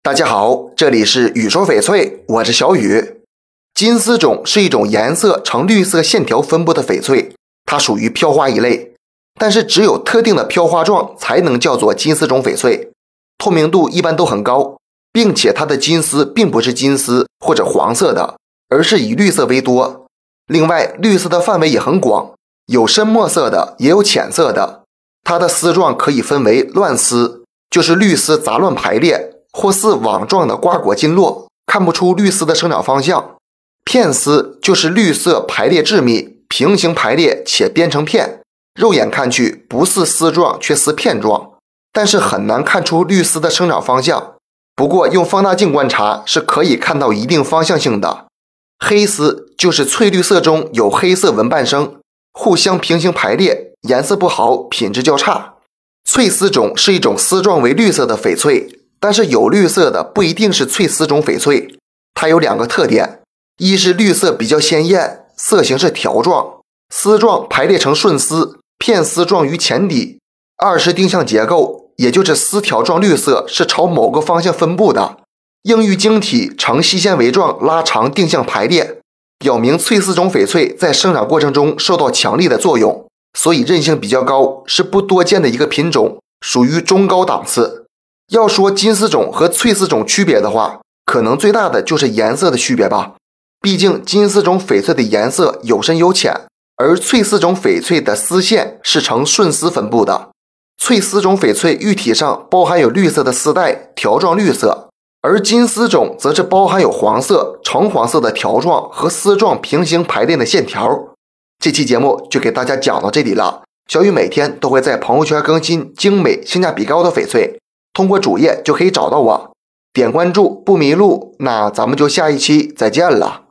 大家好，这里是雨说翡翠，我是小雨。金丝种是一种颜色呈绿色线条分布的翡翠，它属于飘花一类，但是只有特定的飘花状才能叫做金丝种翡翠，透明度一般都很高，并且它的金丝并不是金丝或者黄色的，而是以绿色为多。另外，绿色的范围也很广，有深墨色的，也有浅色的。它的丝状可以分为乱丝，就是绿丝杂乱排列，或似网状的瓜果金络，看不出绿丝的生长方向。片丝就是绿色排列致密，平行排列且编成片，肉眼看去不似丝状却似片状，但是很难看出绿丝的生长方向。不过用放大镜观察是可以看到一定方向性的。黑丝就是翠绿色中有黑色纹伴生，互相平行排列，颜色不好，品质较差。翠丝种是一种丝状为绿色的翡翠，但是有绿色的不一定是翠丝种翡翠。它有两个特点，一是绿色比较鲜艳，色型是条状，丝状排列成顺丝，片丝状于前底；二是定向结构，也就是丝条状绿色是朝某个方向分布的，硬玉晶体呈细纤维状拉长定向排列，表明翠丝种翡翠在生长过程中受到强力的作用，所以韧性比较高，是不多见的一个品种，属于中高档次。要说金丝种和翠丝种区别的话，可能最大的就是颜色的区别吧。毕竟金丝种翡翠的颜色有深有浅，而翠丝种翡翠的丝线是呈顺丝分布的。翠丝种翡翠玉体上包含有绿色的丝带，条状绿色，而金丝种则是包含有黄色、橙黄色的条状和丝状平行排列的线条。这期节目就给大家讲到这里了。小雨每天都会在朋友圈更新精美、性价比高的翡翠，通过主页就可以找到我，点关注不迷路。那咱们就下一期再见了。